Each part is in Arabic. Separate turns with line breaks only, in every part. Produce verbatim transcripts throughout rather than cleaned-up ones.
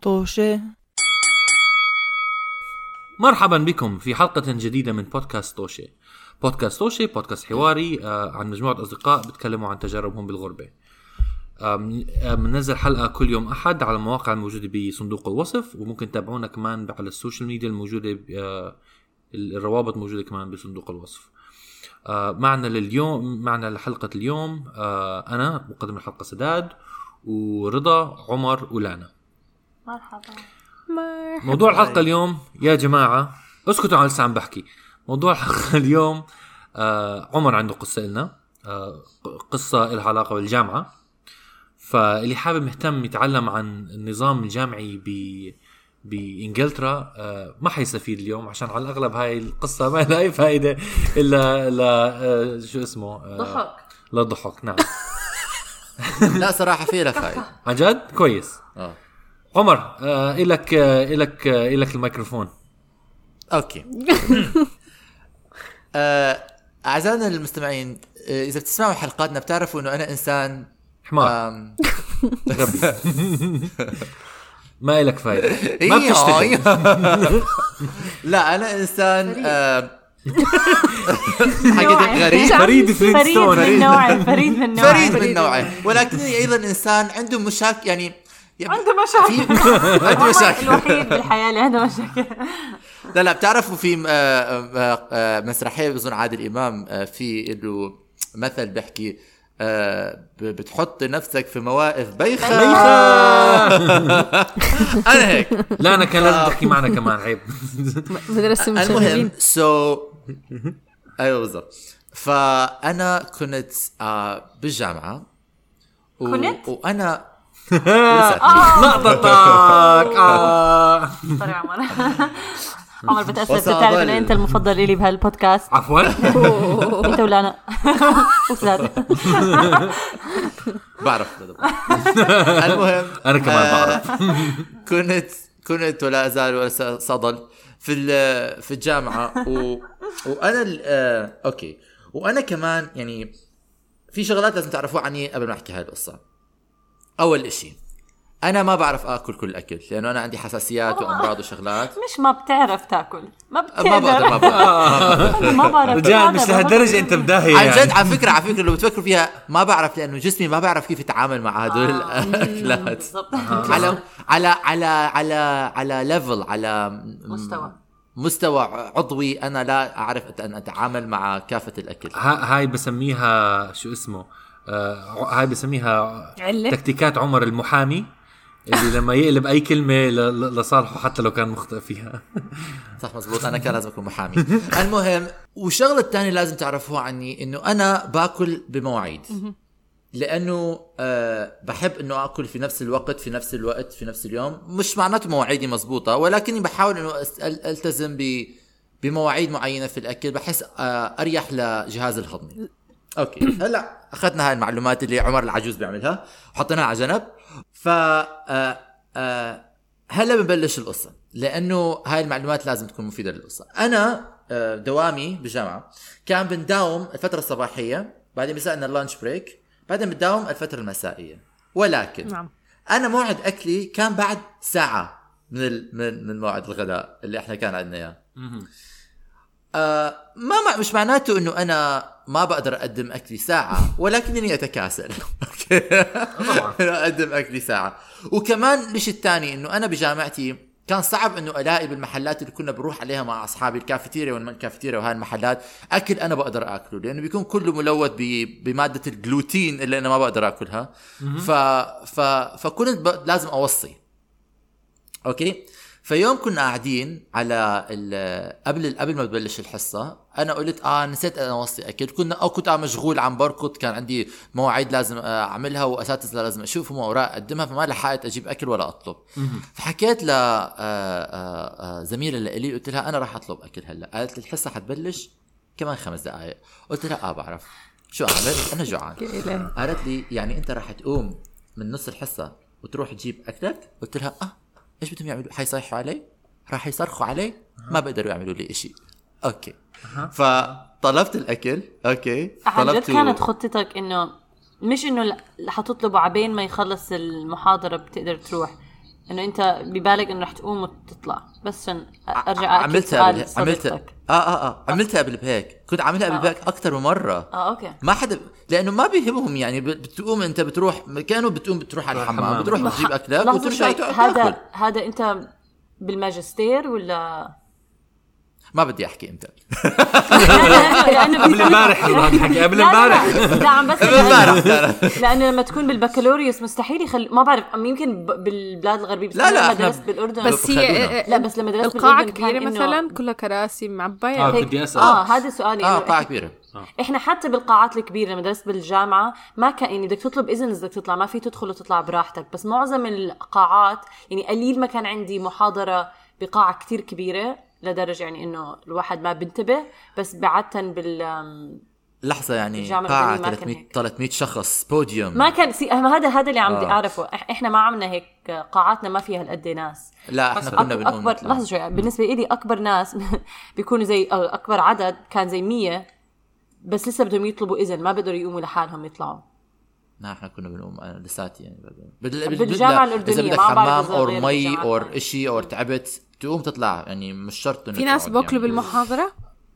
طوشة.
مرحبا بكم في حلقة جديدة من بودكاست طوشة. بودكاست طوشة بودكاست حواري عن مجموعة أصدقاء بتكلموا عن تجاربهم بالغربة. بننزل حلقة كل يوم أحد على المواقع الموجودة بصندوق الوصف، وممكن تتابعونا كمان على السوشيال ميديا الموجودة، الروابط موجودة كمان بصندوق الوصف. معنا لليوم معنا لحلقة اليوم أنا مقدم الحلقة سداد، ورضا، عمر، ولانا.
مرحبا.
مرحبا.
موضوع الحلقة اليوم يا جماعة اسكتوا، أنا لسه عم بحكي. موضوع الحلقة اليوم آه عمر عنده قصة لنا، آه قصة لها علاقة بالجامعة، فاللي حابب مهتم يتعلم عن النظام الجامعي ب بإنجلترا آه ما حيستفيد اليوم، عشان على الأغلب هاي القصة ما لها أي فائدة إلا لا آه شو اسمه آه
ضحك.
لا ضحك. نعم.
لا صراحة فيه له فائدة
عن جد كويس.
آه.
عمر آه إلك آه إلك آه إلك الميكروفون.
أوكي. آه، أعزائنا المستمعين، آه، إذا بتسمعوا حلقاتنا بتعرفوا إنه أنا إنسان
حمار
آم،
غبي. ما إلك فايدة، ما
إيه،
بتشتغل.
لا أنا إنسان آم، حقيقة غريب،
فريد
فريد
فلينستون.
من نوعه فريد من نوعه
فريد من نوعه، ولكنني أيضا إنسان عنده مشاكل، يعني
عنده مشاكل.
عنده مشاكل.
الوحيد بالحياة اللي عنده مشاكل.
لا لا بتعرفوا في آه، آه، آه، مسرحية بظن عادل إمام آه، في له مثل بيحكي آه، بتحط نفسك في مواقف بايخة. أنا هيك.
لا أنا كان لازم تحكي معنا كمان، عيب.
مدرسة
المهم
مشاغبين.
سو أيوة بالضبط. فأنا كنت آه، بالجامعة و...
كنت؟
وأنا
لقطتك. آه.
سوري عمر. عمر بتأسف،
وصل
بتعرف
ضل.
إنه أنت المفضل إلي بهالبودكاست.
عفوا.
أنت ولا أنا؟ وساد.
بعرف. المهم
أنا كمان بعرف.
كنت كنت ولا أزال ولا صدل في في الجامعة و... وأنا ال... آه... أوكي، وأنا كمان يعني في شغلات لازم تعرفوها عني قبل ما أحكي هاي القصة. أول إشي، أنا ما بعرف آكل كل الأكل لأنه أنا عندي حساسيات وأمراض وشغلات.
مش ما بتعرف تاكل، ما بتقدر.
ما بقدر ما بقدر
ما بعرف.
رجال مش لهالدرجة أنت بداهي
عن جد.
يعني.
على فكرة على فكرة لو بتفكروا فيها ما بعرف، لأنه جسمي ما بعرف كيف يتعامل مع هدول الأكلات.
بالضبط.
على على على على على ليفل، على
مستوى
مستوى عضوي أنا لا أعرف أن أتعامل مع كافة الأكل.
ها- هاي بسميها شو اسمه آه هاي بسميها
علة.
تكتيكات عمر المحامي، اللي لما يقلب أي كلمة ل- ل- لصالحه حتى لو كان مخطئ فيها.
صح مزبوط، أنا كان لازم أكون محامي. المهم، وشغلة الثانية لازم تعرفوها عني إنه أنا باكل بمواعيد، لأنه أه بحب إنه أكل في نفس الوقت في نفس الوقت في نفس اليوم. مش معناته مواعيدي مزبوطة، ولكني بحاول إنه أس- ألتزم ب بمواعيد معينة في الأكل، بحس أه أريح لجهاز الهضمي. أوكي، هلا أخذنا هاي المعلومات اللي عمر العجوز بيعملها وحطيناها على جنب. ف أه أه هلا بنبلش القصة، لأنه هاي المعلومات لازم تكون مفيدة للقصة. أنا أه دوامي بالجامعة كان بنداوم الفترة الصباحية، بعدين بيسألنا اللانش بريك، بعدين بنداوم الفترة المسائية. ولكن
نعم.
أنا موعد أكلي كان بعد ساعة من ال... من من موعد الغداء اللي إحنا كان عندنا إياه. آه ما مع... مش معناته إنه أنا ما بقدر أقدم أكلي ساعة، ولكنني أتكاسل. أقدم أكلي ساعة. وكمان الشيء الثاني إنه أنا بجامعتي كان صعب إنه ألاقي بالمحلات اللي كنا بروح عليها مع أصحابي، الكافيتيريا والكافيتيريا وهاي المحلات، أكل أنا بقدر أكله، لأنه بيكون كله ملوث ب... بمادة الجلوتين اللي أنا ما بقدر أكلها. ف... ف... فكنت ب... لازم أوصي. أوكي. فيوم كنا قاعدين على ال... قبل قبل ما تبلش الحصة، أنا قلت آه نسيت أنا أوصي أكل. كنا أو كنت مشغول عم بركض، كان عندي مواعيد لازم أعملها وأساتذة لازم أشوفهم وأوراق أقدمها، فما لحقت أجيب أكل ولا أطلب. فحكيت ل زميلة لإلي، قلت لها أنا راح أطلب أكل هلا. قالت لي الحصة حتبلش كمان خمس دقائق. قلت لها آه بعرف شو أعمل، أنا جوعان. قالت لي يعني أنت راح تقوم من نص الحصة وتروح تجيب أكلك؟ قلت لها آه. إيش بدهم يعملوا؟ حيصيحوا علي؟ راح يصرخوا علي؟ ما بقدروا يعملوا لي إشي. أوكي. فطلبت الأكل. أوكي.
عن جد كانت خطتك إنه مش إنه حتطلبوا عبين ما يخلص المحاضرة بتقدر تروح، انه انت ببالك انه رح تقوم وتطلع بس عشان ارجع اكد
عملتها
سؤال
قبل عملتها
صديقتك.
اه اه اه عملتها قبل بهيك كنت عاملها قبل
آه،
بهيك اكثر من مره.
اه اوكي
ما حدا لانه ما بيهمهم يعني ب- بتقوم انت بتروح كانوا بتقوم بتروح على الحمام
الحمام.
بتروح تجيب اكلك
لحظة
وترجع
شوي،
تاكل.
هذا هذا انت بالماجستير ولا
ما بدي احكي امتى
لانه
قبل امبارح هذا الحكي قبل
لا
امبارح
لا لا عم بس
امبارح.
لانه لما تكون بالبكالوريوس مستحيل يخل ما بعرف يمكن ب- بالبلاد الغربيه بس
لا، لا،
لما
إحنا
درست بالاردن
بس هي
لا بس لما درست
القاعة
بالاردن كان
كبيرة
إنه-
مثلا كلها كراسي معباية
آه،
هيك.
بدي اسال
اه هذا سؤالي
اه
إنه
قاعه
إح-
كبيره.
احنا حتى بالقاعات الكبيره لما درست بالجامعه ما كان يعني بدك تطلب اذن بدك تطلع ما في تدخل وتطلع براحتك بس معظم القاعات يعني قليل ما كان عندي محاضره بقاعه كتير كبيره لدرجه يعني انه الواحد ما بنتبه بس بعدة بال
لحظه يعني
الجامعة
قاعه
الأردنية ما كان
ثلاثمية
هيك.
ثلاثمية شخص بوديوم.
ما كان سي... هذا هذا اللي عم بدي
آه.
اعرفه إح- احنا ما عملنا هيك قاعاتنا ما فيها هالقد ناس
لا احنا
أك-
كنا بنقوم
اكبر
نطلع.
لحظه شوي بالنسبه لي اكبر ناس بيكونوا زي أو اكبر عدد كان زي مية بس لسه بدهم يطلبوا اذن ما بقدروا يقوموا لحالهم يطلعوا.
لا احنا كنا بنقوم انا لساتي يعني بال... بال...
بالجامعة
لا،
الأردنية،
اذا بدك
ما بعرف
حمام
إذا
او
غير
مي
بالجامعات
او
الثانية.
شيء او تعبت تقوم تطلع يعني مش شرط انه
في ناس
تقعد
باكلوا
يعني.
بالمحاضرة.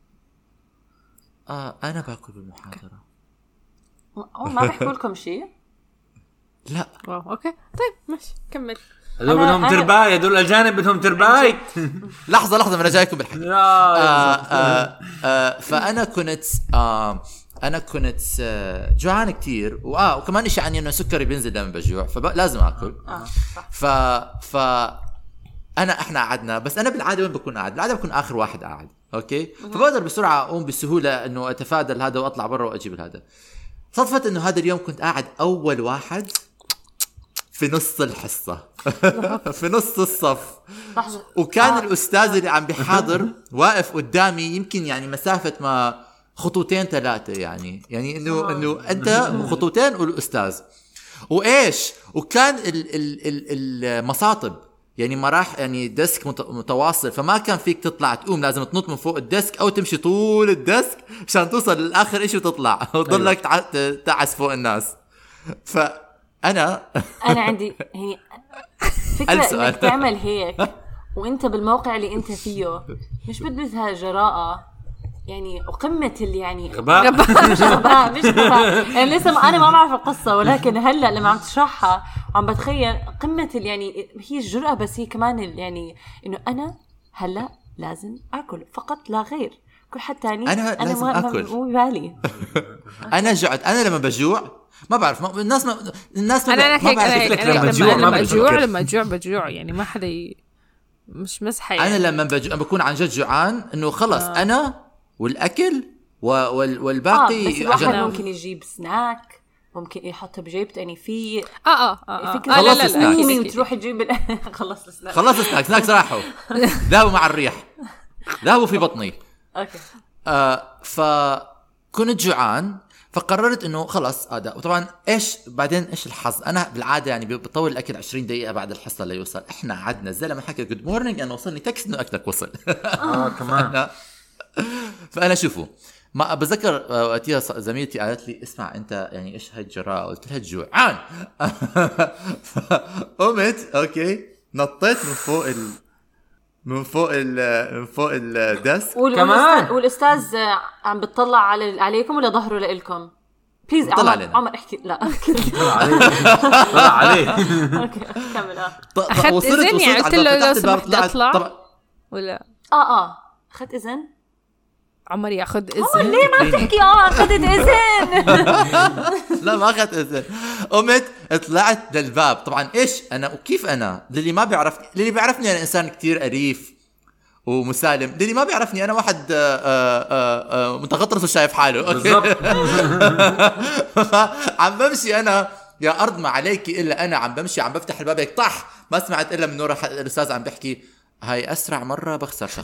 اه انا باكل بالمحاضره.
أوه ما بحكوا لكم شيء.
لا
واو اوكي طيب ماشي كمل.
هذول
أنا-
بدهم
أنا-
ترباية هذول الاجانب بدهم ترباية
لحظه لحظه انا جايكم بالحكي.
لا
آه آه آه فانا كنت آه انا كنت آه جوعان كتير واه وكمان شيء عني انه سكري بينزل لما بجوع فلازم اكل.
اه صح.
ف ف انا احنا قعدنا بس انا بالعاده وين بكون قاعد بالعاده بكون اخر واحد قاعد اوكي فبقدر بسرعه اقوم بسهوله انه اتفادى هذا واطلع برا واجيب هذا. صدفت انه هذا اليوم كنت قاعد اول واحد في نص الحصه في نص الصف
لحظه
وكان
آه.
آه. الاستاذ اللي عم بيحاضر واقف قدامي يمكن يعني مسافه ما خطوتين ثلاثه يعني يعني انه
آه.
انه انت خطوتين والاستاذ وايش وكان ال ال ال المصاطب يعني ما راح يعني ديسك مت- متواصل فما كان فيك تطلع تقوم لازم تنط من فوق الديسك او تمشي طول الديسك عشان توصل للاخر اشي وتطلع وتضلك تع- تعس فوق الناس. فانا
انا عندي يعني
ألف
فكره
سؤال.
انك تعمل هيك وانت بالموقع اللي انت فيه مش بدها جراءه يعني وقمه اللي يعني
غباء
مش غباء مش غباء يعني لسه ما- انا ما بعرف القصه ولكن هلا لما عم تشرحها عم بتخيل قمه اللي يعني هي الجرأة بس هي كمان ال- يعني انه انا هلا لازم اكل فقط لا غير كل حد تاني
أنا لازم
ما- ما-
آكل.
مو ببالي
انا جعت انا لما بجوع ما بعرف ما الناس ما الناس ما,
انا انا
ما
هيك
بعرف
انا هيك
لك
أنا
لما
لما
تجوع ما
لما اجوع
بتفكر.
لما اجوع بجوع يعني ما حدا ي... مش مزحه يعني.
انا لما بجوع بكون عن جد جوعان انه خلص آه. انا والاكل و- وال
اه
والباقي
بس الواحد
عجب.
ممكن يجيب سناك ممكن يحطه بجيبته يعني في
اه اه اه, آه.
فكرة
آه لا
خلص
لا لا
السناك.
أكيد،
تقومي
أكيد.
وتروحي تجيب ال- خلص السناك
خلص سناكس سناكس راحوا ذهبوا مع الريح ذهبوا في بطني.
اوكي
آه فكنت جوعان فقررت انه خلص هذا وطبعا ايش بعدين ايش الحظ انا بالعاده يعني بطول الاكل عشرين دقيقه بعد الحصه ليوصل احنا قعدنا الزلمه حكى جود مورنينج انا وصلني تكست انه اكلك وصل.
اه كمان
فانا شوفوا ما بتذكر آه، وقتها ص- زميلتي قالت لي اسمع انت يعني ايش هاي الجراءه قلت لها جوعان. قمت اوكي نطيت من فوق ال من فوق ال من فوق الديسك
وال-
كمان؟
والأستاذ- والاستاذ آه، عم بتطلع على عليكم ولا ظهره لإلكم بليز
بتطلع
عمر
علينا.
عمر احكي لا
طلع عليه طلع عليه
اوكي كمل اه
ط- ط-
أخذت
وصلت
إذن
وصلت
يعني
على
قلت له
الباب،
لو
فتحت الباب،
سمحت
طلعت-
أطلع؟
طبعا
ولا
اه اه اخذت اذن
عمر ياخذ
عمر
اذن
ليه ما تحكي اه اخذت اذن
لا ما اخذت اذن. قمت طلعت للباب طبعا ايش انا وكيف انا للي ما بيعرفني للي بيعرفني انا انسان كتير اليف ومسالم للي ما بيعرفني انا واحد آه، آه، آه، متغطرس وشايف حاله اوكي.
بالضبط
عم بمشي انا يا ارض ما عليك الا انا عم بمشي عم بفتح الباب هيك طح ما سمعت الا من ورا ح- الاستاذ عم بيحكي هاي اسرع مره بخسر شخص.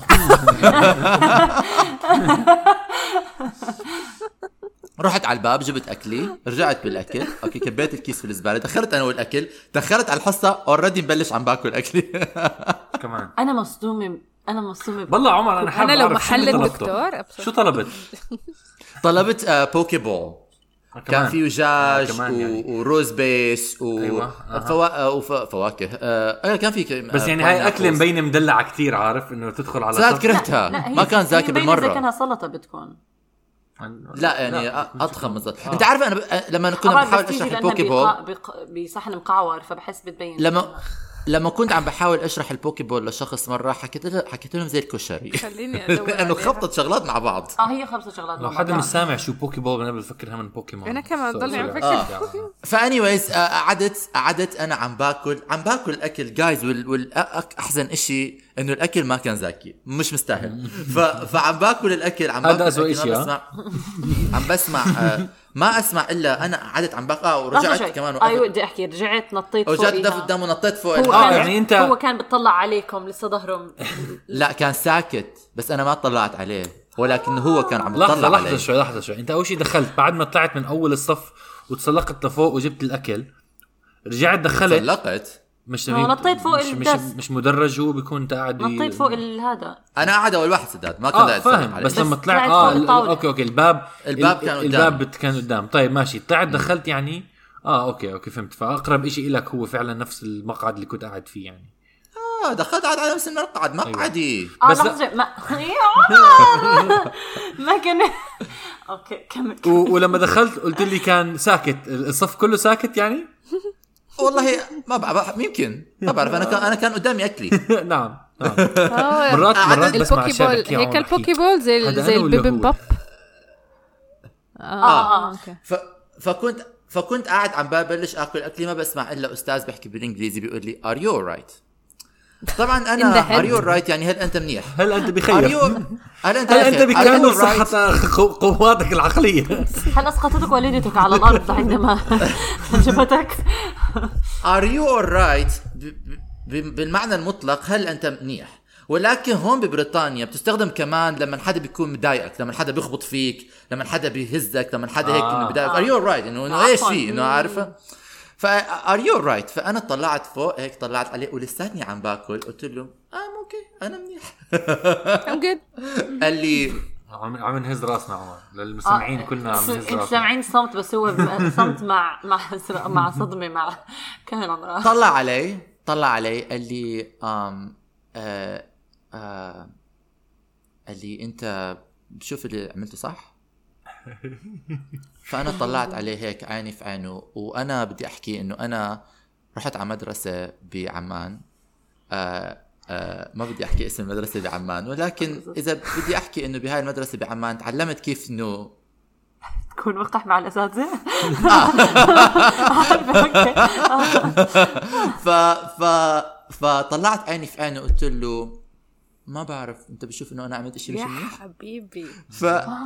رحت على الباب جبت اكلي رجعت بالاكل اوكي كبيت الكيس في الزباله دخلت انا والاكل دخلت على الحصه اوريدي مبلش عم باكل اكلي.
كمان
انا مصدومه انا مصدومه
والله عمر انا حابب
انا لو
أعرف شو
محل
اللي طلبته.
الدكتور أبصر.
شو طلبت؟
طلبت آه بوكي بول كان فيه دجاج
كمان يعني.
وروز بيس و...
أيوة. أه.
فوا... وفواكه آه كان في ك...
بس يعني هاي أكلة مبينة مدلعة كتير، عارف إنه تدخل على
زاد كرهتها ما كان زاكي بالمرة.
زي كانها سلطة بتكون.
لا يعني أضخم من زلط. أنت عارف أنا ب... لما كنا بحاول أشرح البوكي بول
بق... بصحن مقعور فبحس بتبين.
لما لما كنت عم بحاول اشرح البوكي بول لشخص مره حكيت له حكيت لهم زي الكشري
خليني ادور
لانه خبطت شغلات مع بعض.
اه هي خبطت شغلات
لو حدا مش سامع شو بوكي بول انا بفكرها من بوكيمون.
انا كمان ضلني عم
آه.
افكر.
فاني ويز قعدت قعدت انا عم باكل عم باكل الاكل جايز والاحزن اشي انه الاكل ما كان زاكي مش مستاهل. ف... فعم باكل الاكل عم باكل
هذا اسوء شيء.
عم بسمع آه ما اسمع الا انا قعدت عم باكل اه ورجعت كمان
وقفت. ايوه بدي احكي رجعت نطيت فوق
وجات دف قدامه نطيت فوق
هو
اه
كان
يعني انت
هو كان بتطلع عليكم لسه ظهرهم.
لا كان ساكت بس انا ما طلعت عليه ولكن هو كان عم
لحظة
يطلع عليه.
لحظة شوي لحظة شوي انت اول شيء دخلت بعد ما طلعت من اول الصف وتسلقت لفوق وجبت الاكل رجعت دخلت
تسلقت
مش
نطيت فوق
مش, مش,
الدس.
مش مدرج هو بيكون انت قاعد
نطيت فوق هذا
انا قاعد اول واحد سداد ما كان
اه فاهم بس لما طلعت اه ال- اوكي اوكي الباب
الباب كان
الباب كان قدام. طيب ماشي طلعت دخلت يعني اه اوكي اوكي فهمت. فاقرب اشي لك هو فعلا نفس المقعد اللي كنت قاعد فيه يعني.
اه دخلت قاعد على نفس المقعد مقعدي.
اه
بس
لحظة ما يا ما كان اوكي كمل
و... ولما دخلت قلت لي كان ساكت الصف كله ساكت يعني.
والله ما بعرف يمكن ما بعرف انا كان انا كان قدامي اكلي.
نعم نعم
آه،
مرات مرات بسمع
البوكي
أشياء
بول
بحكيها
هيك
وأنا
البوكي
بحكي.
بول زي
هذا
زي
أنا ولا
البيبن
هو؟
بوب.
آه.
اه اوكي.
ف... فكنت فكنت قاعد عم ببلش اكل اكلي ما بسمع الا استاذ بيحكي بالانجليزي بيقول لي ار يو رايت. طبعا
In
انا
the head.
ار يو رايت يعني هل انت منيح
هل انت
ار
بخير؟
يو هل انت
هل انت
بخير؟ Are
بكامل
you right?
صحة قواتك العقلية؟
هل اسقطتك والدتك على الارض عندما جبتك؟
are you alright بالمعنى المطلق هل انت منيح. ولكن هون ببريطانيا بتستخدم كمان لما حدا بيكون مضايقك لما حدا بيخبط فيك لما حدا بيهزك لما حدا هيك
آه.
انه بضايقك are you alright انه انه ايش في انه عارفه. ف are you alright فانا طلعت فوق هيك طلعت عليه ولساتني عم باكل قلت له اه اوكي انا منيح.
I'm good.
قال لي
عم عم نهز راسنا عمر للمستمعين كلنا عم نهز
انت
راسنا.
سامعين صمت بس هو صمت مع مع مع صدمة مع كان عمره.
طلع علي طلع علي قال لي ام آه آه قال لي انت بشوف اللي عملته صح. فانا طلعت عليه هيك عيني في عينه وانا بدي احكي انه انا رحت على مدرسه بعمان. آه آه ما بدي احكي اسم المدرسه بعمان ولكن اذا بدي احكي انه بهاي المدرسه بعمان تعلمت كيف انه
تكون وقح مع الاساتذه.
ف ف فطلعت عيني في عينه قلت له ما بعرف انت بشوف انه انا عملت اشي مش
يا
منيح.
حبيبي
ف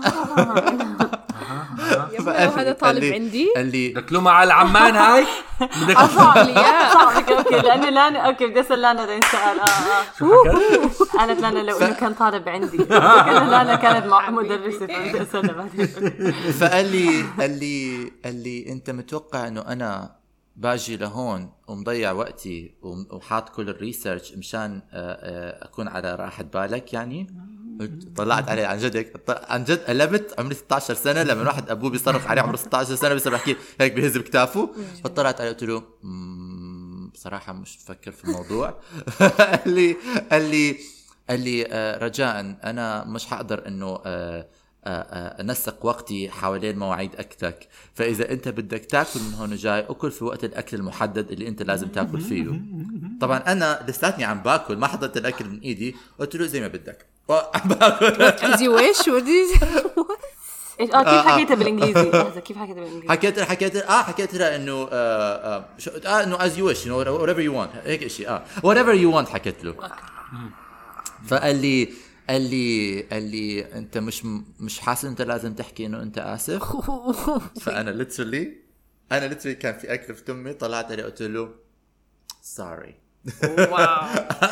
يا ابني هذا طالب عندي
قال لي
دكلومة على العمان هاي بدك
اصعب لي اياه.
صح اوكي لانه لانا اوكي بدي اسال لانا ده سؤال اه اه قالت لانا لو انه كان طالب عندي لانا كانت مع مدرسه فبدي اسالها بعدين.
فقال لي قال لي قال لي انت متوقع انه انا باجي لهون ومضيع وقتي وحاط كل الريسيرش مشان اكون على راحة بالك يعني. طلعت عليه عن جد عن جد قلبت عمري ستة عشر سنة لما واحد ابوه بيصرف عليه عمره ستة عشر سنة بيصير بحكي هيك بيهز بكتافه. فطلعت عليه قلت له بصراحة مش بفكر في الموضوع. قال لي قال لي قال لي رجاء انا مش حقدر انه انسق وقتي حوالين مواعيد اكلك فاذا انت بدك تاكل من هون وجاي اكل في وقت الاكل المحدد اللي انت لازم تاكل فيه. طبعا انا لساتني عم باكل ما حضرت الاكل من ايدي قلت له زي ما بدك عم باكل
as you wish what is
اه كيف حكيتها بالانجليزي؟ لحظه كيف حكيتها بالانجليزي؟
حكيت حكيت اه حكيت لها انه آه آه, آه انه as you wish you know whatever you want هيك شيء اه whatever you want حكيت له. فقال لي قال لي قال لي انت مش مش حاسس انت لازم تحكي انه انت اسف. فانا literally انا literally كان في اكل في تمي طلعت عليه قلت له sorry.
واو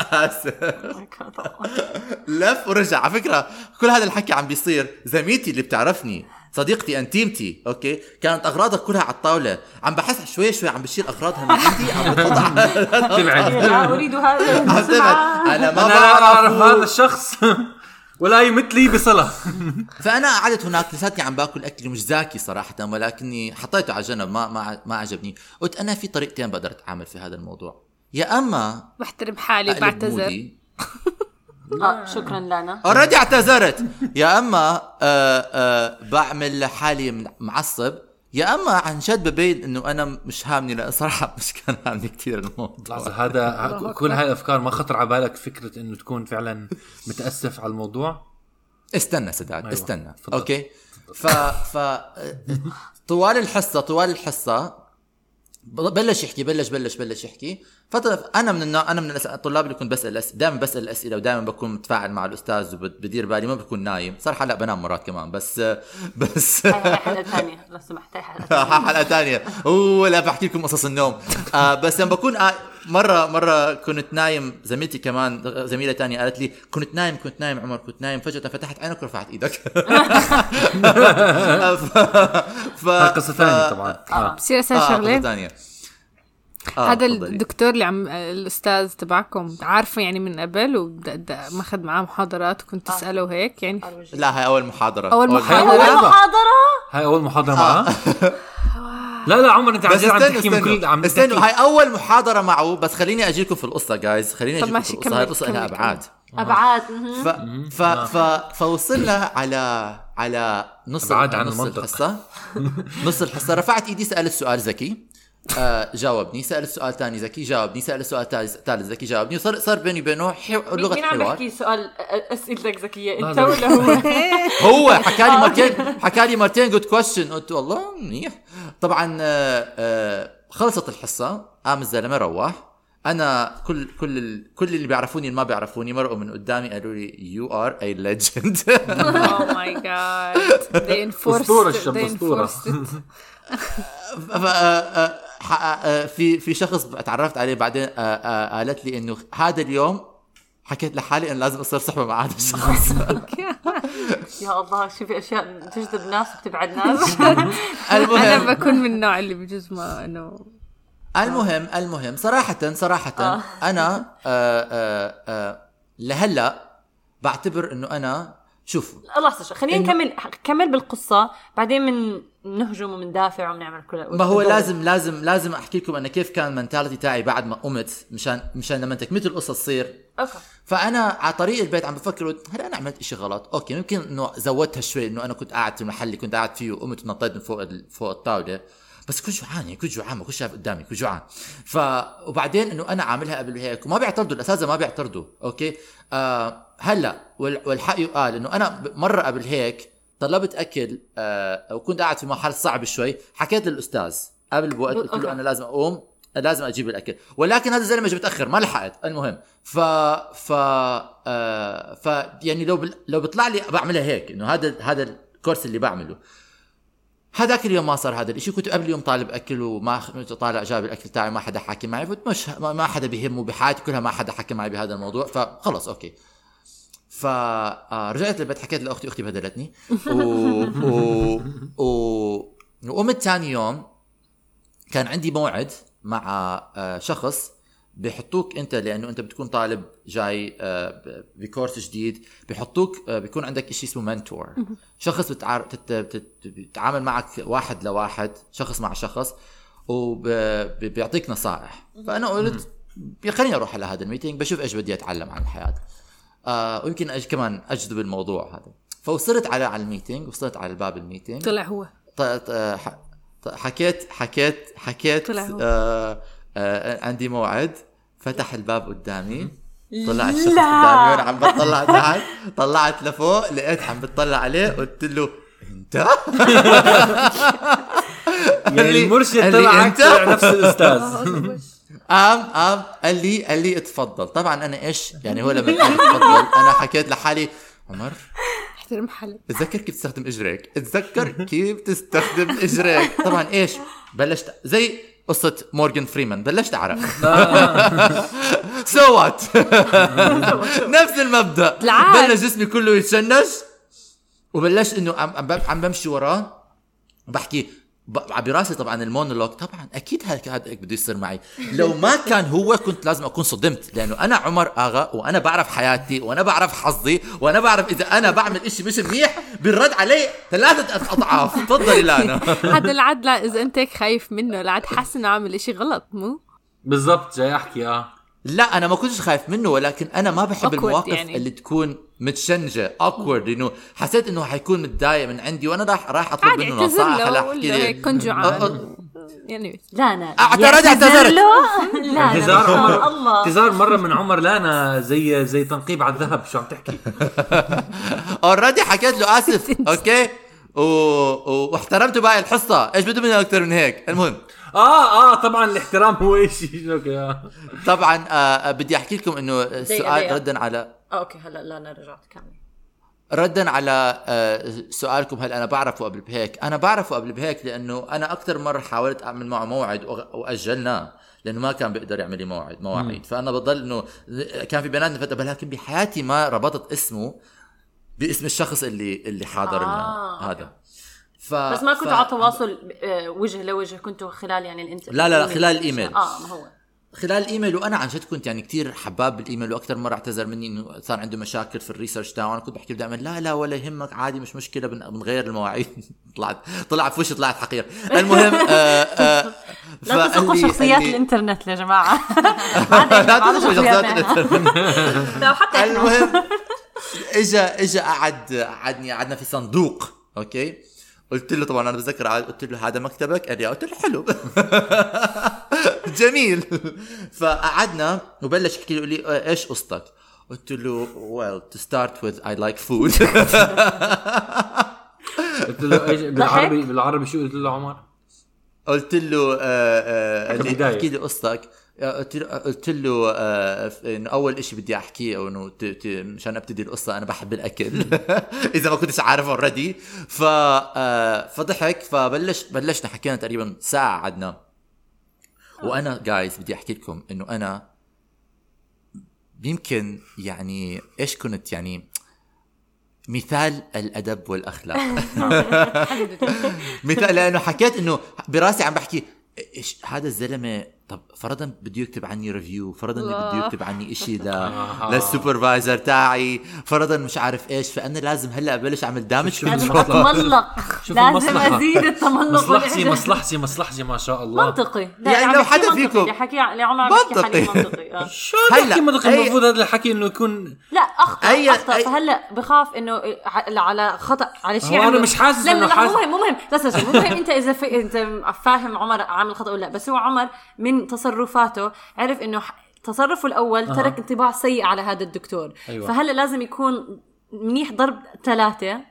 لف ورجع. على فكره كل هذا الحكي عم بيصير زميلتي اللي بتعرفني صديقتي انتيمتي اوكي كانت اغراضها كلها على الطاوله عم بحس شوي شوي عم بشيل اغراضها من عندي عم بتوضع
تبعد
لا اريد هذا.
انا ما
انا لا اعرف هذا الشخص ولا يمثلي بصلة.
فانا قعدت هناك لساتني عم باكل اكل مش زاكي صراحه، ولكني حطيته على جنب، ما ما ما عجبني. قلت انا في طريقتين بقدر اتعامل في هذا الموضوع، يا اما
بحترم حالي
أقلب
بعتذر.
مودي.
آه شكرا لنا.
اوريدي اعتذرت. يا اما آه آه بعمل حالي معصب، يا اما عن جد ببين انه انا مش هامني، لا صراحه مش كان هامني كثير الموضوع.
لحظة، هذا كل هاي الافكار ما خطر على بالك فكرة انه تكون فعلا متأسف على الموضوع؟
استنى سداد،
أيوة.
استنى
فضل.
اوكي. ف ف طوال الحصه طوال الحصه بلش يحكي بلش بلش بلش يحكي. فترة انا من النوع انا من الطلاب اللي كنت بسال أسئلة، دائما بسال الاسئله ودائما بكون متفاعل مع الاستاذ وبدير بالي، ما بكون نايم صراحه. لا بنام مرات كمان، بس بس
هاي حلقه ثانيه لو سمحت، هاي حلقه ثانيه.
حلقه ثانيه ولا بحكي لكم قصص النوم. آه بس لما بكون آه مره مره كنت نايم، زميلتي كمان زميله تانية قالت لي كنت نايم كنت نايم عمر كنت نايم، فجاه فتحت عينك ورفعت ايدك. ف ف
قصة ثانية طبعا.
آه. بصير اسال
آه
شغله
ثانيه.
آه هذا الدكتور اللي عم الاستاذ تبعكم عارفه يعني من قبل وماخذ معاه محاضرات وكنت تساله هيك يعني؟
لا هاي اول محاضره.
اول محاضره
اول محاضره
هاي اول محاضرة معه. لا لا عمر انت عم تحكي من كل عم
استنوا، هاي اول محاضره معه. بس خليني اجيكم في القصه جايز، خليني اجيكم في القصه. هاي القصه لها ابعاد
ابعاد.
ف ف ف فوصلنا على على نص
أبعاد عن
نص
المنطق.
الحصه. نص الحصه رفعت ايدي، سالت سؤال ذكي آه جاوبني، سالت سؤال ثاني ذكي جاوبني، سالت سؤال ثالث ذكي جاوبني. صار صار بيني وبينه لغه
مين عم
حوار.
يحكي سؤال اسئلتك ذكيه، انت
لا.
ولا هو؟
هو حكى لي مرتين حكى لي مرتين جود كويستشن. قلت والله منيح. طبعا آه آه خلصت الحصه، قام الزلمه روح. انا كل كل ال... كل اللي بيعرفوني اللي ما بيعرفوني مرقوا من قدامي قالوا لي you are a legend.
Oh my god. They enforced
أسطورة الشاب،
they
أسطورة.
enforced it.
ف- آه، ح- آه، في في شخص تعرفت عليه بعدين آه، آه، قالت لي انه هذا اليوم حكيت لحالي انه لازم اصير صحبه مع هذا الشخص.
يا الله، شو في اشياء تجذب ناس وبتبعد ناس.
المهم
انا بكون من النوع اللي بجوز ما انه
المهم المهم صراحة صراحة
آه.
أنا آه آه آه لهلا بعتبر إنه أنا شوف
الله يستر، خلينا نكمل كمل بالقصه، بعدين من نهجم ومندافع وبنعمل كل
ما هو لازم لازم لازم أحكي لكم أنا كيف كان المنتاليتي تاعي بعد ما قمت، مشان مشان لما تكملت القصة تصير.
اوكي.
فأنا على طريق البيت عم بفكر هل أنا عملت إشي غلط؟ أوكي ممكن إنه زودتها شوي، إنه أنا كنت قاعد في المحل اللي كنت قاعد فيه وقمت ونطيت من فوق ال- فوق الطاولة، بس كنت جوعان يعني كنت جوعان ما كنت شايف قدامي كنت جوعان. ف وبعدين انه انا عاملها قبل هيك وما بيعترضوا الاساتذه ما بيعترضوا. اوكي آه هلا وال- والحق يقال انه انا ب- مره قبل هيك طلبت اكل آه وكنت قاعد في محل صعب شوي، حكيت للاستاذ قبل بوقت قلت له انا لازم اقوم لازم اجيب الاكل، ولكن هذا الزلمه اجى متاخر ما لحقت. المهم ف ف آه ف يعني لو بل... لو بيطلع لي بعملها هيك انه هذا هذا الكورس اللي بعمله. هذاك اليوم ما صار هذا الاشي، كنت قبل يوم طالب اكل وما طالع جاب الاكل تاعي ما حدا حكي معي، مش ما حدا بيهمه بحياتي كلها ما حدا حكي معي بهذا الموضوع، فخلص اوكي. فرجعت البيت حكيت لاختي، اختي بهدلتني و... و... و... وقمت ثاني يوم كان عندي موعد مع شخص بيحطوك انت لانه انت بتكون طالب جاي بكورس جديد، بيحطوك بيكون عندك اشي اسمه منتور، شخص بتعار... بتت... بتت... بتتعامل معك واحد لواحد شخص مع شخص وبيعطيك نصائح. فانا قلت خليني اروح على هذا الميتينج بشوف ايش بدي اتعلم عن الحياه آه ويمكن أج... كمان اجذب الموضوع هذا. فوصلت على على الميتينج، وصلت على باب الميتينج
طلع هو
ط... ط... ح... حكيت حكيت حكيت
طلع هو.
آه آه عندي موعد، فتح الباب قدامي، طلع الشخص قدامي وانا عم بطلع تحت، طلعت لفوق لقيت عم بتطلع عليه قلت له انت
يعني المرشد
قال لي
تبعك
أنت؟
طلع نفس الاستاذ.
قام قام قال لي قال لي اتفضل. طبعا انا ايش يعني هو لما قال اتفضل انا حكيت لحالي عمر
احترم حالك،
اتذكر كيف تستخدم اجريك، اتذكر كيف تستخدم اجريك. طبعا ايش بلشت زي قصة مورغان فريمان، بلشت اعرف سو وات نفس المبدأ، بلش جسمي كله يتشنج وبلشت انه عم عم عم بمشي وراه وبحكي براسي طبعا المونولوج طبعا اكيد هذا بده يصير معي. لو ما كان هو كنت لازم اكون صدمت، لانه انا عمر اغا وانا بعرف حياتي وانا بعرف حظي وانا بعرف اذا انا بعمل اشي مش منيح بالرد علي ثلاثه اضعاف. تفضلي لانا.
هذا العد اذا انت خايف منه العد حاسس انه عامل اشي غلط مو
بالضبط جاي احكي اه
لا انا ما كنتش خايف منه، ولكن انا ما بحب المواقف يعني. اللي تكون متشنجه awkward، لانه حسيت انه حيكون متضايق من عندي وانا راح راح اطلب منه نصائح هلا احكي لي
كنت جوعان يعني.
لا انا
اعترض اعتذرت
لا
اعتذار عمر الله اعتذار مره من عمر لانا زي زي تنقيب على الذهب. شو عم تحكي؟
اوريدي حكيت له اسف اوكي و... واحترمته باقي الحصه. ايش بده مني اكثر من هيك؟ المهم
اه اه طبعا الاحترام هو شيء اوكي.
طبعا آه بدي احكي لكم انه السؤال ردا على
اوكي هلا لا انا رجعت كمل.
ردا على آه سؤالكم هل انا بعرفه قبل بهيك. انا بعرفه قبل بهيك لانه انا اكثر مره حاولت اعمل معه موعد واجلناه لانه ما كان بيقدر يعمل لي موعد مواعيد. فانا بضل انه كان في بيناتنا فتره، لكن بحياتي ما ربطت اسمه باسم الشخص اللي اللي حاضر لنا
آه.
هذا.
ف... بس ما كنتوا ف... على تواصل وجه لوجه، كنتوا خلال يعني الانت
لا لا, لا خلال الايميل.
اه ما هو
خلال الايميل. وانا عن جد كنت يعني كتير حباب بالايميل، واكثر مره اعتذر مني انه صار عنده مشاكل في الريسيرش تاعه. انا كنت بحكي دائما لا لا ولا يهمك عادي مش مشكله بنغير المواعيد. طلعت طلع في وشي طلعت حقير. المهم آه آه
لا تثقوا شخصيات اللي... الانترنت يا جماعه.
لا تثقوا شخصيات الانترنت. لا حتى المهم اجى اجى قعد قعدني قعدنا في صندوق اوكي. قلت له طبعا انا بتذكر قلت له هذا مكتبك؟ قال لي قلت له حلو. جميل. فقعدنا وبلش يحكي لي يقول لي ايش قصتك؟ قلت له well to start with I like food.
قلت له ايش بالعربي؟ بالعربي شو قلت له عمر؟
قلت له احكي لي قصتك. قلت له قلت له انه اول إشي بدي احكيه او انه مشان ابتدي القصه انا بحب الاكل. اذا ما كنتش عارف اوريدي. ف فضحك فبلش بلشنا حكينا تقريبا ساعه قعدنا. وانا جايز بدي احكي لكم انه انا يمكن يعني ايش كنت يعني مثال الادب والاخلاق. مثال، لانه حكيت انه براسي عم بحكي إيش هذا الزلمه. طب فرضا بده يكتب عني ريفيو، فرضا بده يكتب عني إشي ل للسوبرفايزر تاعي، فرضا مش عارف ايش. فانا لازم هلا ابلش اعمل دامج
لازم اتملق، لازم ازيد التملق.
مصلحتي مصلحتي مصلحتي ما شاء الله.
منطقي.
يعني لو حدا فيكم
حكي لعمر بحكي منطقي.
شو بحكي منطقي؟ المفروض هذا الحكي انه يكون
لا اخطا اخطا. فهلا بخاف انه على خطا على شيء.
انا مش حاسس انه حاسس.
مو مهم بس مو مهم انت اذا انت فاهم عمر عامل خطا ولا لا. بس هو عمر من تصرفاته عرف انه تصرفه الاول أه. ترك انطباع سيء على هذا الدكتور. أيوة. فهلا لازم يكون منيح ضرب ثلاثة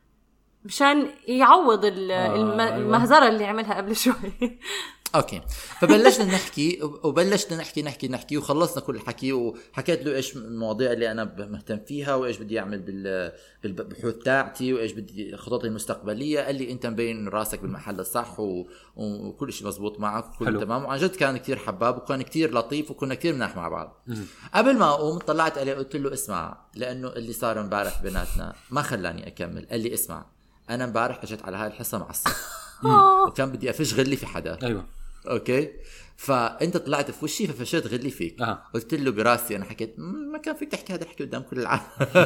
مشان يعوض آه. المهزرة أيوة. اللي عملها قبل شوي.
اوكي. فبلشنا نحكي وبلشنا نحكي نحكي نحكي وخلصنا كل الحكي. وحكيت له ايش المواضيع اللي انا مهتم فيها وايش بدي اعمل بالبحوث تاعتي وايش بدي خططي المستقبليه. قال لي انت مبين راسك بالمحل الصح و... وكل شيء مزبوط معك وكل تمام. وعن جد كان كتير حباب وكان كتير لطيف وكنا كتير مناح مع بعض. م- قبل ما اقوم طلعت عليه قلت له اسمع، لانه اللي صار امبارح بيناتنا ما خلاني اكمل. قال لي اسمع انا امبارح اجيت على هاي الحصه معصب وكان بدي افش غلي في حدا.
ايوه
اوكي. فانت طلعت في وشي ففشيت غلي فيك. أه. قلت له براسي انا حكيت ما كان فيك تحكي هذا الحكي قدام كل العالم.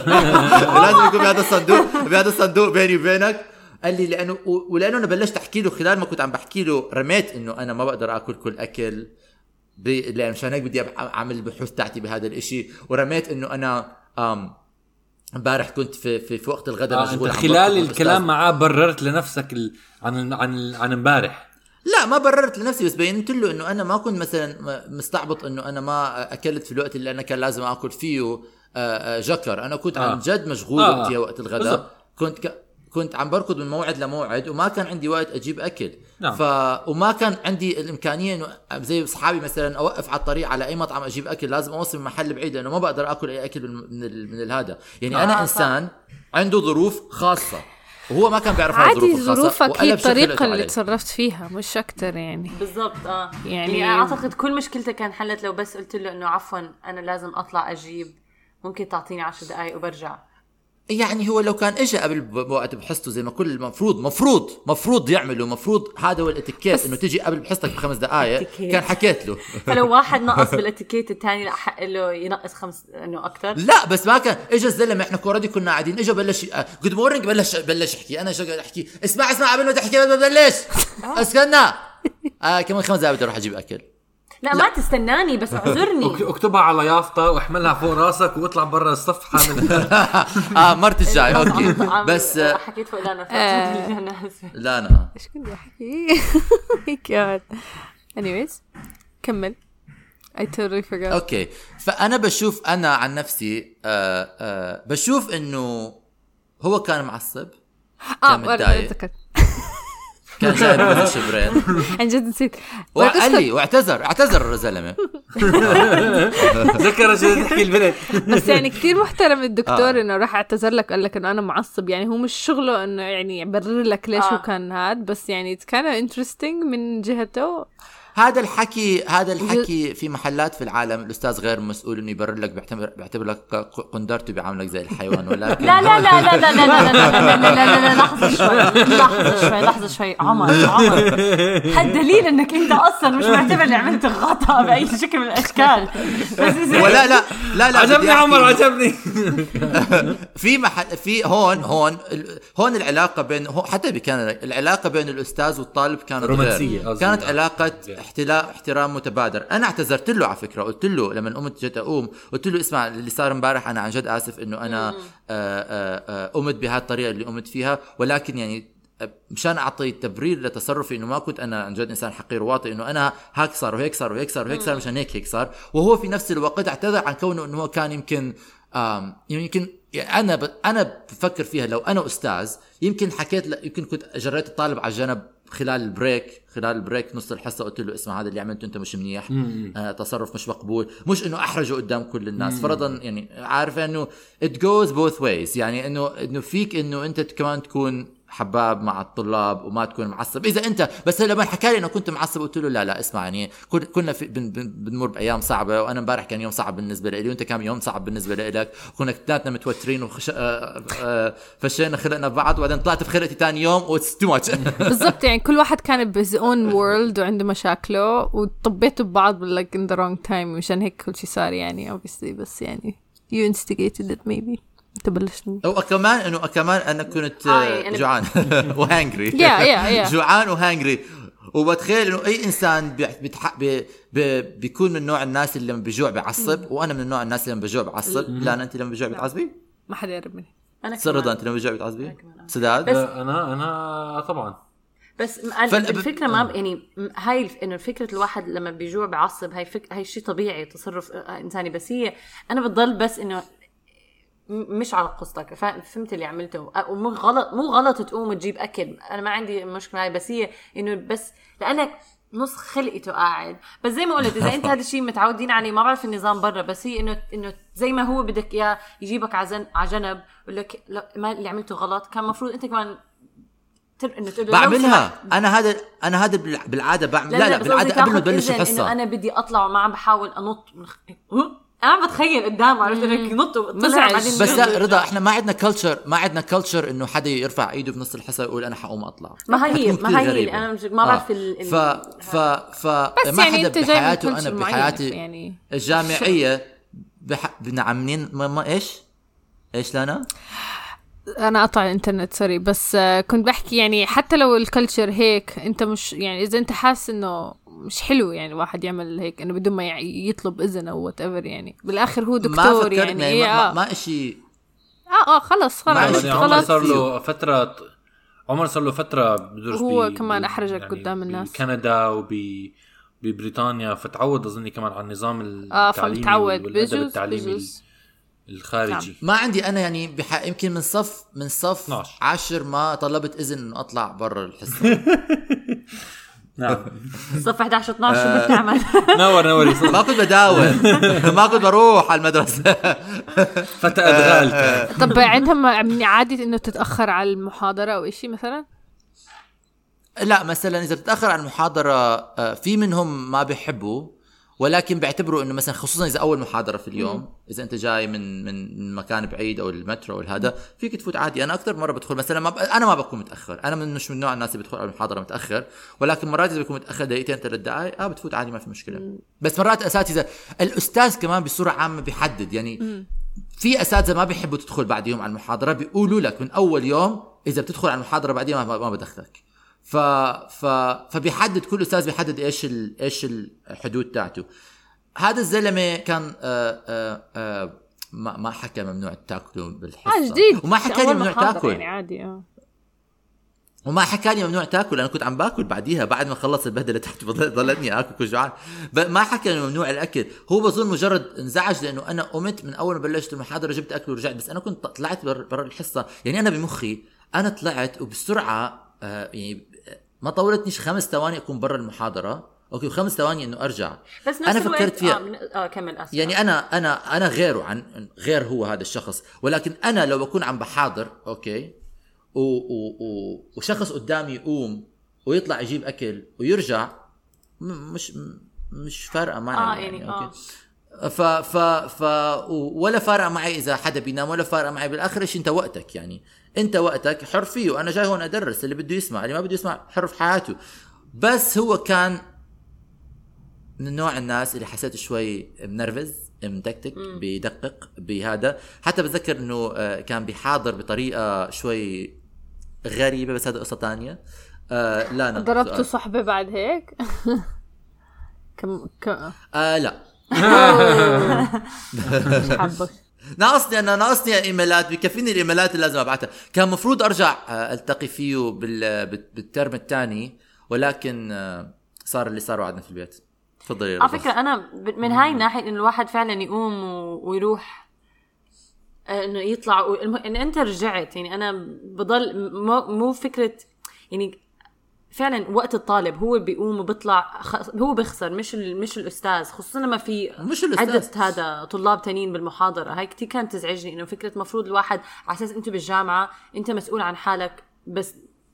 لازم يكون بهذا الصندوق بهذا الصندوق بيني وبينك. قال لي لانه ولانه انا بلشت احكي له خلال ما كنت عم بحكي له رميت انه انا ما بقدر اكل كل اكل ب... لان مشان هيك بدي اعمل البحوث تاعتي بهذا الاشي. ورميت انه انا ام امبارح كنت في في, في وقت الغداء
آه مشغول. خلال الكلام معاه بررت لنفسك ال... عن عن عن امبارح.
لا ما بررت لنفسي بس بينت له انه انا ما كنت مثلا مستعبط انه انا ما اكلت في الوقت اللي انا كان لازم اكل فيه جكر. انا كنت آه. عن جد مشغول آه. وقتها وقت الغداء. كنت ك... كنت عم بركض من موعد لموعد وما كان عندي وقت اجيب اكل. نعم. ف وما كان عندي الامكانيه انه زي اصحابي مثلا اوقف على الطريق على اي مطعم اجيب اكل. لازم اوصل من محل بعيد لانه ما بقدر اكل اي اكل من ال... من هذا. يعني آه. انا انسان عنده ظروف خاصه وهو ما كان بيعرف هاي الظروف الخاصه.
عادي ظروفك هي الطريقه اللي تصرفت فيها مش اكتر يعني.
بالضبط. اه يعني, يعني اعتقد كل مشكلته كان حلت لو بس قلت له انه عفوا انا لازم اطلع اجيب، ممكن تعطيني عشر دقائق وبرجع.
يعني هو لو كان اجى قبل بوقت بحصته زي ما كل المفروض مفروض مفروض يعملوا مفروض هذا هو الاتيكيت انه تيجي قبل بحصتك بخمس دقائق كان حكيت له.
فلو واحد نقص بالاتيكيت الثاني لا حق له ينقص خمس انه اكثر.
لا بس ما كان اجى الزلمه احنا كوردي كنا قاعدين اجى بلش جود مورنينج بلش بلش يحكي انا شغال احكي اسمع اسمع قبل ما تحكي ببلش اسكننا آه كمان خمس دقائق بدي اروح اجيب اكل.
لا, لا ما تستناني بس اعذرني.
اكتبها على يافطه واحملها فوق راسك واطلع برا الصف حاملها.
اه مرت الجاي اوكي بس
حكيت فوق انا
لا انا
ايش كنت احكي هيك. anyways كمل. I totally forgot.
اوكي فانا بشوف انا عن نفسي آه آه بشوف انه هو كان معصب كان متضايق كان جايب وجه شبرين
عن جد نسيت
وقال لي واعتذر اعتذر الزلمه
ذكر جد تحكي البنت.
بس يعني كتير محترم الدكتور آه. انه راح اعتذر لك قال لك انه انا معصب. يعني هو مش شغله انه يعني يبرر لك ليش آه. هو كان هاد بس يعني كان interesting من جهته.
هذا الحكي هذا الحكي في محلات في العالم الاستاذ غير مسؤول انه يبرر لك بيعتبر بيعتبر لك قندرته بيعاملك زي الحيوان. ولكن
لا لا لا لا لا لا لا لا لا لا لا لحظه شوي لحظه شوي لحظه شوي عمر عمر هالدليل انك انت اصلا مش معتبر اللي عملته خطا باي شكل من الاشكال.
ولا لا لا لا
عجبني عمر عجبني.
في محل في هون هون هون العلاقه بين حتى بكندا العلاقه بين الاستاذ والطالب كانت رومانسيه كانت علاقه احتلام احترام متبادل. انا اعتذرت له على فكره قلت له لما قمت جيت اقوم قلت له اسمع اللي صار امبارح انا عن جد اسف انه انا قمت بهالطريقه اللي قمت فيها ولكن يعني مشان اعطي تبرير لتصرفي انه ما كنت انا عن جد انسان حقير واطي انه انا هيك صار وهيك صار وهيك صار وهيك صار مشان هيك هيك صار. وهو في نفس الوقت اعتذر عن كونه انه هو كان يمكن يمكن يعني انا ب... انا بفكر فيها لو انا استاذ يمكن حكيت ل... يمكن كنت جريت الطالب على جنب خلال البريك خلال البريك نص الحصه قلت له اسمع هذا اللي عملته انت مش منيح آه تصرف مش مقبول. مش انه احرجه قدام كل الناس مم. فرضا يعني عارفه انه it goes both ways يعني انه انه فيك انه انت كمان تكون حباب مع الطلاب وما تكون معصب اذا انت. بس لما حكى لي انه كنت معصب قلت له لا لا اسمع يعني كنا في بن بنمر بايام صعبه وانا امبارح كان يوم صعب بالنسبه لي وانت كان يوم صعب بالنسبه لك كنا كلاتنا متوترين وخش... فشينا خلقنا ببعض وبعدين طلعت في خلقتي ثاني يوم واتس تو ماتش.
بالضبط يعني كل واحد كان بهز اون وورلد وعنده مشاكله وطبيتوا ببعض like in the wrong time مشان هيك كل شيء صار يعني obviously. بس يعني you instigated it maybe تبلشني
او كمان انه كمان انا كنت آه جوعان وهانجري
يا يا يا
جوعان وهانجري وبتخيل انه اي انسان بيتح... بي... بي... بيكون من نوع الناس اللي لما بيجوع بيعصب وانا من نوع الناس اللي لما بجوع بعصب. لا انت لما بجوع بتعصبي
ما حدا يقرب مني.
انا
سردا انت لما بجوع بتعصبي سداد
انا انا طبعا
بس الفكره ما يعني هاي انه فكره الواحد لما بيجوع بعصب هاي فك... هاي شيء طبيعي تصرف انساني. بس هي انا بتضل بس انه مش على قصتك فهمت اللي عملته ومو غلط مو غلط تقوم تجيب اكل انا ما عندي مشكله هاي. بس هي انه بس لانك نص خلقته قاعد. بس زي ما قلت اذا انت هذا الشيء متعودين عليه ما بعرف النظام برا. بس هي انه انه زي ما هو بدك اياه يجيبك على على جنب يقول لك ما اللي عملته غلط كان مفروض انت كمان انه تقول
بعملها انا هذا انا هذا بالعاده بعمل. لا لا, لا بالعاده قبل ما تبلش الحصه
انه انا بدي اطلع وما عم بحاول انط انا بتخيل قدام عرفت انك ينط وطلع.
بس لا رضا احنا ما عندنا كلتشر ما عندنا كلتشر انه حدا يرفع ايده بنص الحصه ويقول انا حقوم اطلع.
ما هي ما هي انا ما بعرف ال
ف ف ف ما
يعني
حدا بحياته انا بحياتي
يعني
الجامعيه بح... بنعملين ما, ما ايش ايش لانا
انا قطع الانترنت سوري. بس كنت بحكي يعني حتى لو الكلتشر هيك انت مش يعني اذا انت حاسس انه مش حلو يعني الواحد يعمل هيك انه بدون ما يطلب اذن او whatever يعني بالاخر هو دكتور يعني, يعني إيه
ما, ما اشي
اه اه خلص خلص
يعني خلص صار له فتره عمر صار له فتره بدرس
هو كمان احرجك يعني قدام الناس
بكندا وب ببريطانيا فتعود اظني كمان على النظام
التعليمي
اه
والادب
التعليمي الخارجي.
ما عندي انا يعني بح... يمكن من صف من صف عشر ما طلبت اذن انه اطلع برا الحصه.
نعم
صف احد عشر اثنا عشر شو بتعمل؟
نور نوري
ما كنت بداول ما كنت بروح على المدرسه
فتى ادغال.
طب عندهم عادي انه تتاخر على المحاضره او شيء مثلا؟
لا مثلا اذا بتتاخر على المحاضره في منهم ما بيحبوا ولكن بيعتبروا انه مثلا خصوصا اذا اول محاضره في اليوم م. اذا انت جاي من من مكان بعيد او المترو او هذا فيك تفوت عادي. انا اكثر مره بدخل مثلا ما ب... انا ما بكون متاخر، انا من مش من نوع الناس اللي بدخل على المحاضره متاخر، ولكن مرات اذا بكون متاخر دقيقتين ثلاث دقائق اه بتفوت عادي ما في مشكله. م. بس مرات اساتذه الاستاذ كمان بصوره عامه بيحدد، يعني م. في اساتذه ما بيحبوا تدخل بعد يوم على المحاضره، بيقولوا لك من اول يوم اذا بتدخل على المحاضره بعدين ما, ما بدخلك. ف... ف... فبيحدد كل استاذ بيحدد ايش ال... ايش الحدود تاعته. هذا الزلمه كان آآ آآ ما ما حكى ممنوع تاكلوا بالحصه
جديد.
وما حكى لي ممنوع تاكل
يعني عادي اه
وما حكى لي ممنوع تاكل. انا كنت عم باكل بعديها بعد ما خلص البهدله تحت ضلتني اكل كل جوعان، ما حكى لي ممنوع الاكل. هو بظن مجرد انزعج لانه انا قمت من اول ما بلشت المحاضره جبت اكل ورجعت، بس انا كنت طلعت برا الحصه. يعني انا بمخي انا طلعت وبسرعه آه يعني ما طولتنيش خمس ثواني اكون برا المحاضره اوكي وخمس ثواني انه ارجع.
بس
انا فكرت فيها
اه, من... آه كمل أسفل.
يعني انا انا انا غيره عن غير هو هذا الشخص، ولكن انا لو بكون عم بحاضر اوكي و... و... و... وشخص قدامي يقوم ويطلع يجيب اكل ويرجع م... مش مش فارقه معي
اه
يعني,
يعني
اوكي اه ف ف ف ولا فارقه معي اذا حدا بينام، ولا فارقه معي بالاخر شيء. انت وقتك، يعني انت وقتك حر فيه، وانا جاي هون ادرس، اللي بده يسمع اللي ما بده يسمع حر في حياته. بس هو كان من نوع الناس اللي حسيت شوي منرفز مدكتك بيدقق بهذا. حتى بتذكر انه كان بيحاضر بطريقه شوي غريبه، بس هذا قصه تانية. آه لا انا
ضربته صحبه بعد هيك كم ك...
آه لا
مش حابك.
ناقصني انا ناقصني ايميلات، بكفيني الايميلات اللي لازم ابعتها. كان مفروض ارجع التقي فيه بالترم الثاني، ولكن صار اللي صار وعدنا في البيت. تفضلي.
على فكره انا من هاي الناحيه انه الواحد فعلا يقوم ويروح انه يطلع و... ان انت رجعت. يعني انا بضل مو, مو فكره يعني فعلا وقت الطالب هو بيقوم وبيطلع خ... هو بيخسر مش ال... مش الاستاذ، خصوصا لما في عدة هذا طلاب تانيين بالمحاضره. هاي كتير كانت تزعجني، انه فكره مفروض الواحد على اساس انت بالجامعه انت مسؤول عن حالك. بس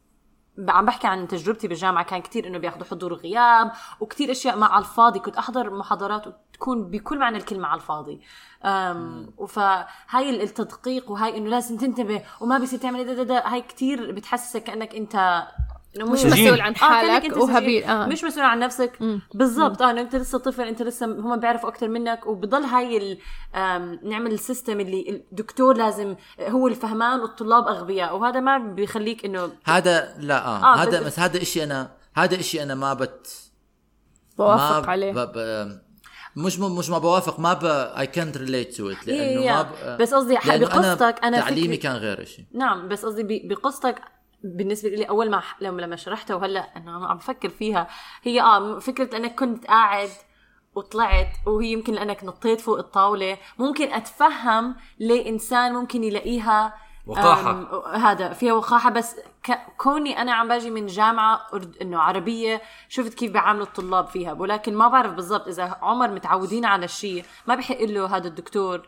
عم بحكي عن تجربتي بالجامعه، كان كتير انه بياخذوا حضور غياب وكتير اشياء مع الفاضي. كنت احضر محاضرات وتكون بكل معنى الكلمه على الفاضي. أم فهاي التدقيق وهاي انه لازم تنتبه وما بيصير تعمل ده, ده, ده هاي كتير بتحسسك كانك انت
مش مسؤول عن حالك آه وهبيل آه.
مش مسؤول عن نفسك بالضبط. اه انت لسه طفل، انت لسه هم بيعرفوا اكتر منك، وبضل هاي نعمل السيستم اللي الدكتور لازم هو الفهمان والطلاب اغبياء، وهذا ما بيخليك انه
هذا لا اه, آه هذا بس هذا إشي انا هذا إشي انا ما بت
بوافق عليه.
ب... ب... مش م... مش ما بوافق، ما ب I can't relate to it لانه ما ب...
بس قصدي بقصتك انا
تعليمي
فكري...
كان غير شيء.
نعم بس قصدي بالنسبه بالنسبه لي اول ما لما لما شرحتها وهلا انا عم بفكر فيها، هي اه فكره انك كنت قاعد وطلعت، وهي يمكن لانك نطيت فوق الطاوله ممكن اتفهم ليه انسان ممكن يلاقيها
وقاحه،
هذا فيها وقاحه. بس ك... كوني انا عم باجي من جامعه أرد... انه عربيه، شفت كيف بيعاملوا الطلاب فيها، ولكن ما بعرف بالضبط اذا عمر متعودين على الشيء ما بحق له هذا الدكتور.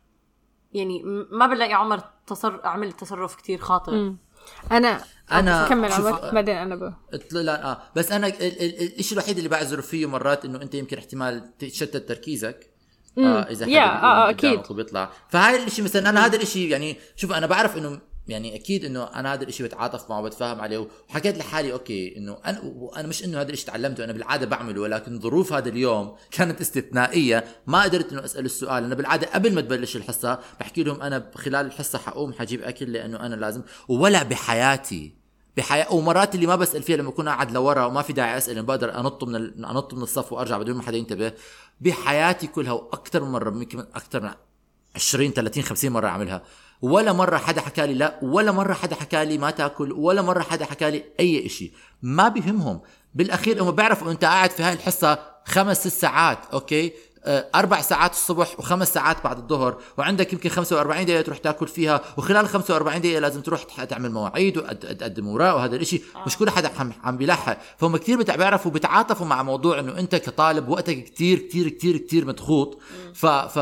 يعني ما بلاقي عمر تصرف عمل تصرف كتير خاطئ. م.
انا
انا
كمل عمر بعدين انا ب...
لا اه بس انا الشيء الوحيد اللي بعذره فيه مرات انه انت يمكن احتمال تشتت تركيزك آه اذا حدا
آه اكيد
بيطلع. فهاي الشيء مثلا انا هذا الشيء يعني شوف انا بعرف انه يعني اكيد انه انا هذا الشيء بتعاطف معه وبتفاهم عليه، وحكيت لحالي اوكي انه انا وانا مش انه هذا الشيء تعلمته انا بالعاده بعمله، ولكن ظروف هذا اليوم كانت استثنائيه ما قدرت انه اسال السؤال. انا بالعاده قبل ما تبلش الحصه بحكي لهم انا خلال الحصه حقوم حجيب اكل لانه انا لازم، ولا بحياتي بحياة ومرات اللي ما بسال فيها لما اكون قاعد لورا وما في داعي اسال بقدر انط من ال... انط من الصف وارجع بدون ما حدا ينتبه. بحياتي كلها واكثر من مره يمكن اكثر من عشرين ثلاثين خمسين مره اعملها، ولا مرة حدا حكى لي لا، ولا مرة حدا حكى لي ما تاكل، ولا مرة حدا حكى لي أي إشي. ما بيهمهم بالأخير، هم بيعرفوا أنت قاعد في هاي الحصة خمس ست ساعات أوكي، أربع ساعات الصبح وخمس ساعات بعد الظهر، وعندك يمكن خمسة وأربعين دقيقة تروح تاكل فيها، وخلال خمسة وأربعين دقيقة لازم تروح تعمل مواعيد وتقدم وراء، وهذا الاشي مش كل حدا عم بيلحق. فهم كتير بيعرفوا بيتعاطفوا مع موضوع انه انت كطالب وقتك كتير كتير كتير كتير مضغوط، ف ف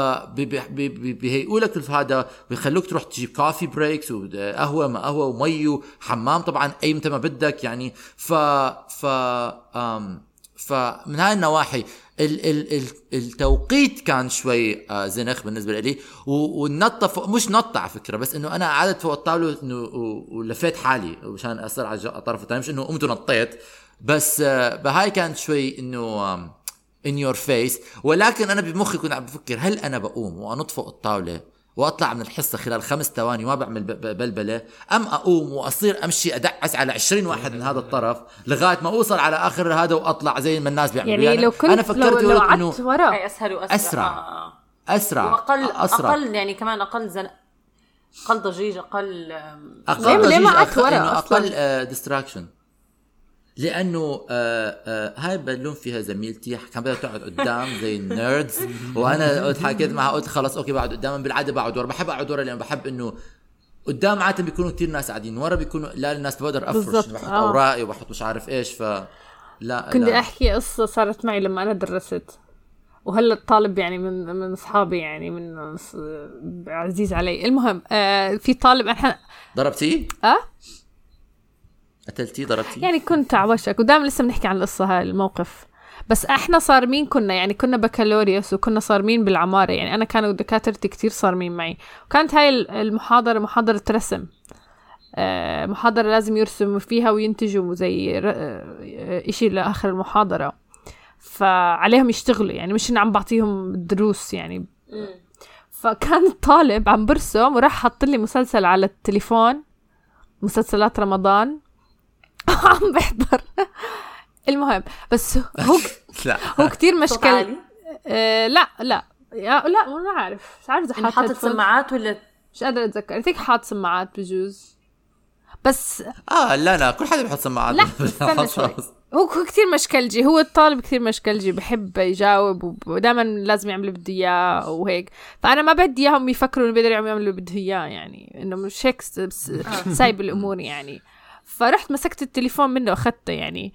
بيهيئوا لك في هذا، بيخلوك تروح تجيب كافي بريكس وقهوة ما قهوة ومي وحمام طبعا اي متى ما بدك يعني. ف ف أم فمن هاي النواحي ال ال ال التوقيت كان شوي آه زنخ بالنسبه لي، والنطه فوق مش نطه على فكره، بس انه انا قعدت فوق الطاوله انه ولفيت حالي مشان اثر على الطرف الثاني، مش انه قمت ونطيت بس. آه بهاي كانت شوي انه in your face. ولكن انا بمخي كنت عم بفكر هل انا بقوم وانط فوق الطاوله واطلع من الحصه خلال خمس ثواني وما بعمل بلبله، ام اقوم واصير امشي ادعس على عشرين واحد من هذا الطرف لغايه ما اوصل على اخر هذا واطلع زي ما الناس بيعملوا.
يعني, يعني لو كنت
انا فكرت
لو, لو
انه
ورا
اسهل واسرع
اسرع
آه.
اسرع
واقل
أسرع.
اقل يعني كمان اقل زن... اقل ضجيج اقل
اقل
ليه ما
ضجيج
ورا
انه اقل ديستراكشن. لانه آه آه هاي بالون فيها زميلتي كان بدها تقعد قدام زي النيردز، وانا قلت حكيت معها قلت خلص اوكي بقعد قدام. بالعاده بقعد ورا، بحب اقعد ورا لانه بحب انه قدام عاده بيكونوا كتير ناس قاعدين، ورا بيكونوا لا الناس بقدر افرش بحط
آه.
اوراقي وبحط مش عارف ايش. ف لا
كنت
لا.
احكي قصه صارت معي لما انا درست، وهلا الطالب يعني من من اصحابي يعني من عزيز علي. المهم آه في طالب احنا
ضربتيه
اه
قتلتيه ضربتيه
يعني كنت عوشك، ودائما لسه بنحكي عن القصه هاي الموقف. بس احنا صارمين كنا يعني كنا بكالوريوس وكنا صارمين بالعماره، يعني انا كانوا دكاترتي كتير صارمين معي. وكانت هاي المحاضره محاضره رسم، آه محاضره لازم يرسموا فيها وينتجوا زي آه اشي لاخر المحاضره، فعليهم يشتغلوا يعني مش إن عم بعطيهم دروس يعني. فكان الطالب عم برسم وراح حط لي مسلسل على التليفون، مسلسلات رمضان عم بحضر. المهم بس هو
لا
هو كتير مشكل.
آه
لا لا لا ما عارف مش عارف اذا
حاطط سماعات ولا
مش قادرة اتذكر. اذا حاط سماعات بجوز بس
اه لا لا كل حدا بيحط سماعات.
لا استنى شوي. هو كتير مشكلجي، هو الطالب كتير مشكلجي، بحب يجاوب ودائما لازم يعمل اللي بدي اياه وهيك. فانا ما بدي اياهم يفكروا انه بيقدروا يعملوا اللي بده اياه، يعني انه مش هيك سايب الامور يعني. فرحت مسكت التليفون منه اخذته يعني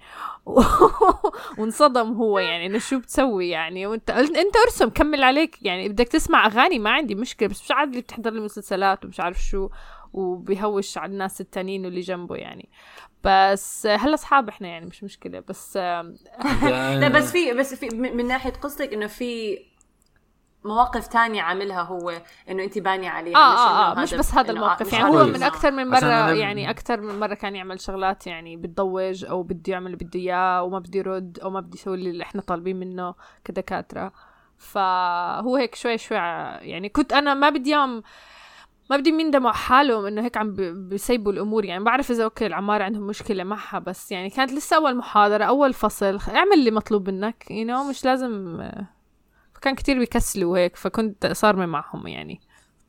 وانصدم هو يعني انه شو بتسوي يعني، وانت انت ارسم كمل عليك يعني، بدك تسمع اغاني ما عندي مشكله، بس مش عاد اللي بتحضر لي مسلسلات ومش عارف شو وبيهوش على الناس التانيين واللي جنبه يعني. بس هلا اصحاب احنا يعني مش مشكله. بس
لا بس في بس في من ناحيه قصتك انه في مواقف تانية عاملها هو انه انت باني عليها.
آه مش, آه آه مش بس هذا الموقف يعني، هو من اكثر من مره
أنا...
يعني اكثر من مره كان يعمل شغلات يعني بتضوج او بده يعمل اللي بده اياه وما بدي يرد او ما بدي يسوي اللي احنا طالبين منه كدكاتره. فهو هيك شوي شوي يعني كنت انا ما بدي يوم ما بدي يندموا حالهم انه هيك عم بيسيبوا الامور يعني. بعرف اذا اوكي العماره عندهم مشكله معها، بس يعني كانت لسه اول محاضره اول فصل، اعمل اللي مطلوب منك you know مش لازم. كان كتير بيكسلوا هيك فكنت صارمه معهم يعني.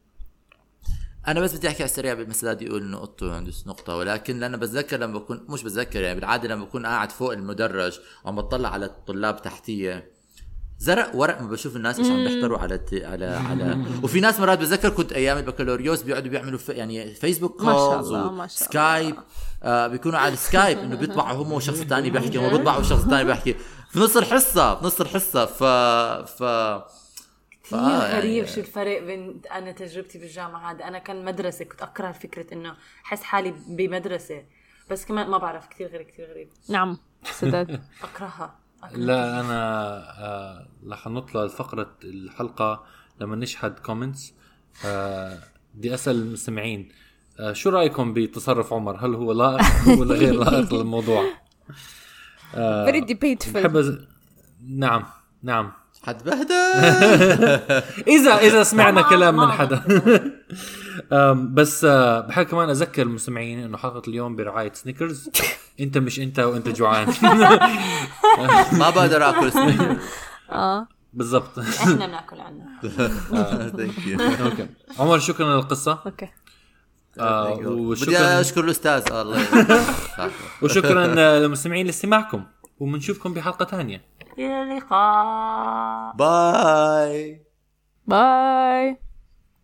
انا بس بدي احكي على السريع بالمسألة يقول انه قطه عنده نقطه، ولكن لأنا بتذكر لما بكون مش بتذكر يعني بالعاده لما بكون قاعد فوق المدرج وعم بطلع على الطلاب تحتيه زرق ورق ما بشوف الناس ايش عم بيحضروا على الت... على على وفي ناس مرات بتذكر كنت ايام البكالوريوس بيقعدوا بيعملوا ف... يعني فيسبوك كولز وسكايب آه بيكونوا على السكايب انه بيطبعوا هم وشخص ثاني بيحكي هم بيطبعوا وشخص ثاني بيحكي في نص الحصه في نص الحصه ف ف
كثير غريب يعني. شو الفرق بين انا تجربتي بالجامعه هذا، انا كان مدرسه كنت اكره فكره انه احس حالي بمدرسه، بس كمان ما بعرف كثير غريب كثير غريب.
نعم سداد
اكرهها.
لا انا آه رح نطلع لفقره الحلقه لما نشهد كومنتس. آه بدي اسال المستمعين آه شو رايكم بتصرف عمر؟ هل هو لائق ولا غير لائق للموضوع؟
آه very debatable.
أز... نعم نعم
حد بهدل
اذا اذا سمعنا كلام من حدا. بس بحب كمان اذكر المستمعين انه حلقه اليوم برعايه سنيكرز. انت مش انت وانت جوعان.
ما بقدر اكل سنيكرز.
اه
بالضبط
احنا بناكل عنه.
اوكي
عمر شكرا للقصه.
اوكي
بدي اشكر الاستاذ الله
وشكرا للمستمعين لاستماعكم، وبنشوفكم بحلقه ثانيه.
إلى اللقاء.
باي
باي.